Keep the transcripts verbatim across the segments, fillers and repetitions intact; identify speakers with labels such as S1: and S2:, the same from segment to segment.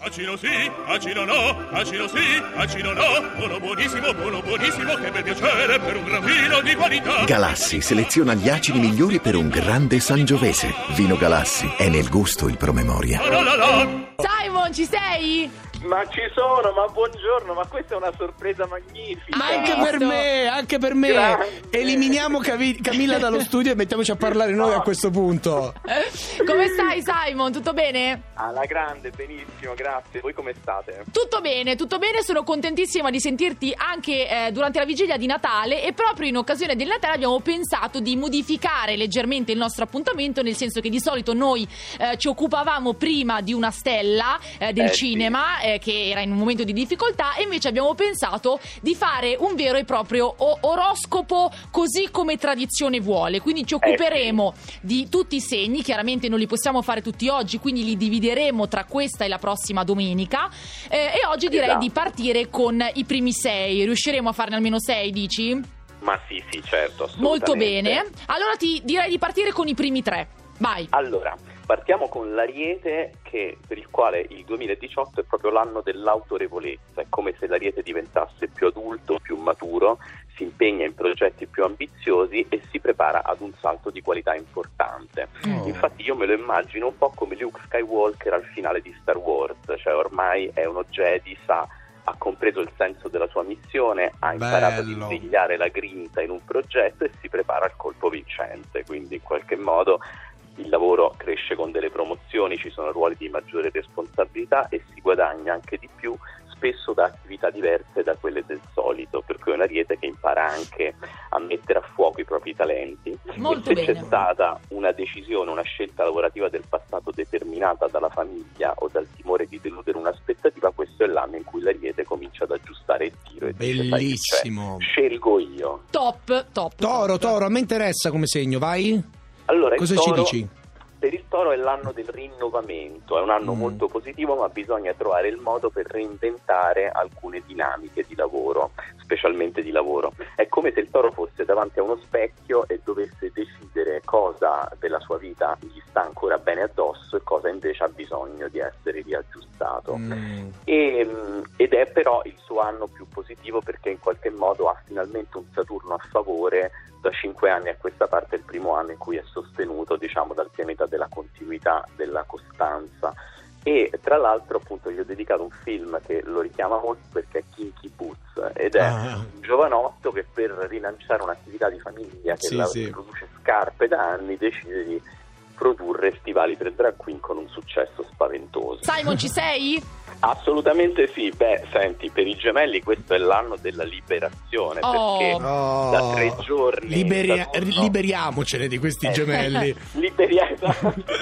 S1: Acino sì, acino no, acino sì, acino no, buono buonissimo, buono buonissimo, che bel piacere per un gran vino di qualità.
S2: Galassi seleziona gli acini migliori per un grande sangiovese. Vino Galassi è nel gusto il promemoria.
S1: La la la.
S3: Simon, ci sei?
S4: Ma ci sono, ma buongiorno, ma questa è una sorpresa magnifica.
S5: Ma anche per me, anche per me.
S4: Grande.
S5: Eliminiamo Cavi- Camilla dallo studio e mettiamoci a parlare noi a questo punto.
S3: Come stai, Simon? Tutto bene?
S4: Alla grande, benissimo, grazie. Voi come state?
S3: Tutto bene, tutto bene, sono contentissima di sentirti anche eh, durante la vigilia di Natale, e proprio in occasione del Natale abbiamo pensato di modificare leggermente il nostro appuntamento, nel senso che di solito noi eh, ci occupavamo prima di una stella eh, del
S4: Eh,
S3: cinema eh, che era in un momento di difficoltà, e invece abbiamo pensato di fare un vero e proprio o- oroscopo così come tradizione vuole, quindi ci occuperemo
S4: Eh, sì.
S3: di tutti i segni. Chiaramente non li possiamo fare tutti oggi, quindi li divideremo tra questa e la prossima domenica, eh, e oggi direi
S4: Esatto.
S3: di partire con i primi sei. Riusciremo a farne almeno sei, dici?
S4: Ma sì, sì, certo, assolutamente.
S3: Molto bene, allora ti direi di partire con i primi tre. Vai.
S4: Allora, partiamo con l'Ariete, che per il quale il duemiladiciotto è proprio l'anno dell'autorevolezza. È come se l'Ariete diventasse più adulto, più maturo, si impegna in progetti più ambiziosi e si prepara ad un salto di qualità importante.
S5: Oh.
S4: Infatti io me lo immagino un po' come Luke Skywalker al finale di Star Wars, cioè ormai è uno Jedi, sa, ha compreso il senso della sua missione, ha imparato
S5: Bello.
S4: a risvegliare la grinta in un progetto e si prepara al colpo vincente, quindi in qualche modo il lavoro cresce con delle promozioni, ci sono ruoli di maggiore responsabilità e si guadagna anche di più, spesso da attività diverse da quelle del solito, per cui è un Ariete che impara anche a mettere a fuoco i propri talenti.
S3: Molto
S4: e se
S3: bene.
S4: c'è stata una decisione, una scelta lavorativa del passato determinata dalla famiglia o dal timore di deludere un'aspettativa, questo è l'anno in cui l'Ariete comincia ad aggiustare il tiro e dice, sai che c'è?
S5: Bellissimo.
S4: Scelgo io.
S3: Top, top.
S5: Toro,
S3: top.
S5: Toro, a me interessa come segno, vai?
S4: Allora,
S5: Cosa
S4: il
S5: ci
S4: toro,
S5: dici?
S4: Per il Toro è l'anno del rinnovamento, è un anno
S5: Mm.
S4: molto positivo, ma bisogna trovare il modo per reinventare alcune dinamiche di lavoro, specialmente di lavoro. È come se il Toro fosse davanti a uno specchio e dovesse decidere cosa della sua vita gli sta ancora bene addosso e cosa invece ha bisogno di essere riaggiustato.
S5: Mm.
S4: E, mh, ed è però il suo anno più positivo perché in qualche modo ha finalmente un Saturno a favore. Da cinque anni a questa parte è il primo anno in cui è sostenuto, diciamo, dal pianeta della continuità, della costanza. E tra l'altro appunto gli ho dedicato un film che lo richiama molto perché è Kinky Boots, ed è
S5: Ah.
S4: un giovanotto che per rilanciare un'attività di famiglia che
S5: Sì,
S4: la-
S5: sì.
S4: produce scarpe da anni decide di produrre stivali per drag queen con un successo spaventoso.
S3: Simon, ci sei?
S4: Assolutamente sì. Beh, senti, per i Gemelli questo è l'anno della liberazione,
S3: Oh.
S4: perché
S5: Oh.
S4: da tre giorni
S5: Liberia-
S4: Saturno-
S5: liberiamocene di questi
S4: Eh.
S5: gemelli.
S4: Liberiamo.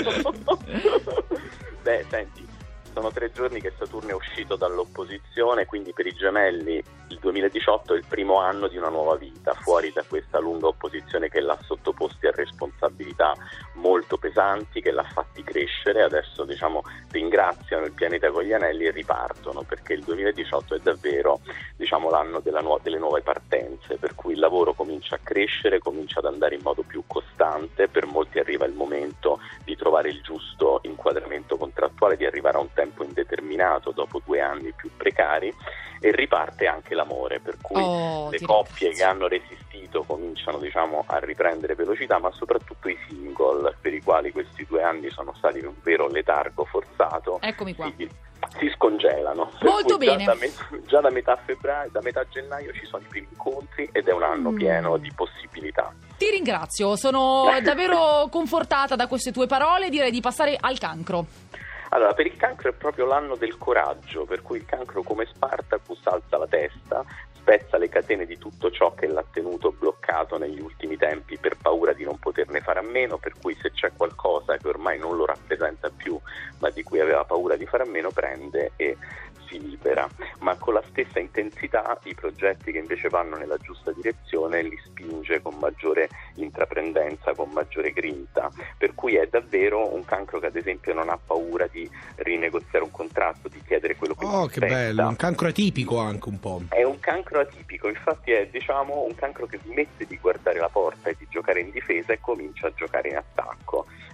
S4: Beh, senti, sono tre giorni che Saturno è uscito dall'opposizione, quindi per i Gemelli il duemiladiciotto è il primo anno di una nuova vita, fuori da questa lunga opposizione che l'ha sottoposti a responsabilità molto pesanti, che l'ha fatti crescere. Adesso, diciamo, ringraziano il pianeta con gli anelli e ripartono, perché il duemiladiciotto è davvero, diciamo, l'anno della nu- delle nuove partenze, per cui il lavoro comincia a crescere, comincia ad andare in modo più costante. Per molti arriva il momento di trovare il giusto inquadramento contrattuale, di arrivare a un tempo indeterminato dopo due anni più precari, e riparte anche l'amore, per cui
S3: Oh,
S4: le
S3: ti
S4: coppie
S3: ringrazio.
S4: che hanno resistito cominciano, diciamo, a riprendere velocità, ma soprattutto i single, per i quali questi due anni sono stati un vero letargo forzato,
S3: Eccomi qua.
S4: si, si scongelano. Per
S3: Molto
S4: cui già
S3: bene.
S4: da, me- già da metà febbraio, da metà gennaio ci sono i primi incontri ed è un anno
S3: Mm.
S4: pieno di possibilità.
S3: Ti ringrazio, sono davvero confortata da queste tue parole. Direi di passare al Cancro.
S4: Allora, per il Cancro è proprio l'anno del coraggio, per cui il Cancro, come Spartacus, alza la testa, spezza le catene di tutto ciò che l'ha tenuto bloccato negli ultimi tempi per paura di non poterne fare a meno, per cui se c'è qualcosa che ormai non lo rappresenta più, ma di cui aveva paura di fare a meno, prende e si libera. Ma con la stessa intensità i progetti che invece vanno nella giusta direzione li spinge con maggiore intraprendenza, con maggiore grinta, per cui è davvero un Cancro che ad esempio non ha paura di rinegoziare un contratto, di chiedere quello che
S5: Oh,
S4: gli
S5: che
S4: spetta.
S5: bello, un cancro atipico anche un po'.
S4: È un Cancro atipico, infatti è, diciamo, un Cancro che smette di guardare la porta e di giocare in difesa e comincia a giocare in attacco.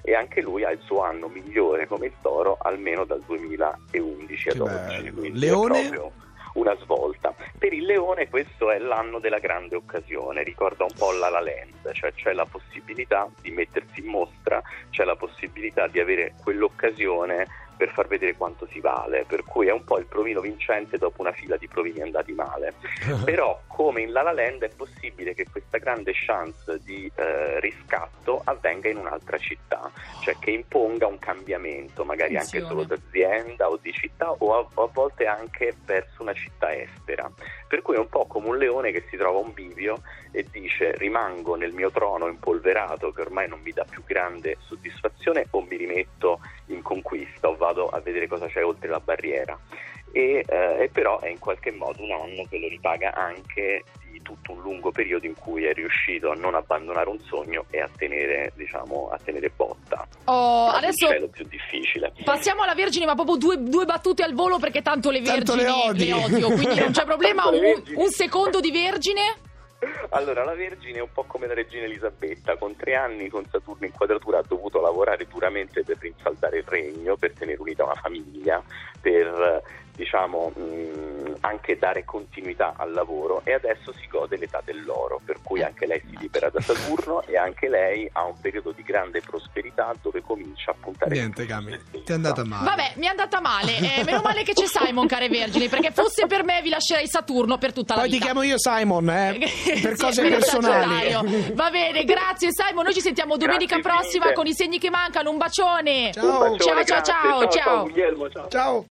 S4: e anche lui ha il suo anno migliore come il Toro almeno dal duemilaundici ad oggi.
S5: Leone?
S4: È proprio una svolta. Per il Leone questo è l'anno della grande occasione, ricorda un po' La La Land, cioè c'è la possibilità di mettersi in mostra, c'è la possibilità di avere quell'occasione per far vedere quanto si vale, per cui è un po' il provino vincente dopo una fila di provini andati male. Però come in La La Land è possibile che questa grande chance di eh, riscatto avvenga in un'altra città, cioè che imponga un cambiamento, magari
S3: Attenzione.
S4: anche solo d'azienda o di città o a, o a volte anche verso una città estera. Per cui è un po' come un leone che si trova a un bivio e dice: rimango nel mio trono impolverato che ormai non mi dà più grande soddisfazione, o mi rimetto in conquista o vado a vedere cosa c'è oltre la barriera. E, eh, e però è in qualche modo un anno che lo ripaga anche di tutto un lungo periodo in cui è riuscito a non abbandonare un sogno e a tenere, diciamo, a tenere botta.
S3: Oh, adesso
S4: è lo più difficile.
S3: passiamo alla Vergine, ma proprio due, due battute al volo, perché tanto le
S5: Tanto
S3: Vergini
S5: le odi.
S3: le odio, quindi non c'è problema.
S4: Tanto le
S3: Un,
S4: Vergini.
S3: un secondo di Vergine.
S4: Allora, la Vergine è un po' come la regina Elisabetta, con tre anni con Saturno in quadratura ha dovuto lavorare duramente per rinsaldare il regno, per tenere unita una famiglia, per diciamo mh, anche dare continuità al lavoro, e adesso si gode l'età dell'oro, per cui anche lei si libera da Saturno e anche lei ha un periodo di grande prosperità dove comincia a puntare.
S5: Niente, Cami, ti è andata male.
S3: Vabbè, mi è andata male. Eh, meno male che c'è Simon, care Vergini, perché fosse per me vi lascerei Saturno per tutta la
S5: Poi ti
S3: vita.
S5: chiamo io Simon, eh, per
S3: Sì,
S5: cose
S3: per il
S5: personali.
S3: Sagittario. Va bene, grazie Simon. Noi ci sentiamo domenica
S4: Grazie
S3: prossima
S4: infinite.
S3: con i segni che mancano. Un bacione.
S5: Ciao.
S4: Un bacione,
S3: Ciao, ciao,
S4: grazie.
S3: ciao, ciao.
S4: Guglielmo, ciao.
S5: Ciao.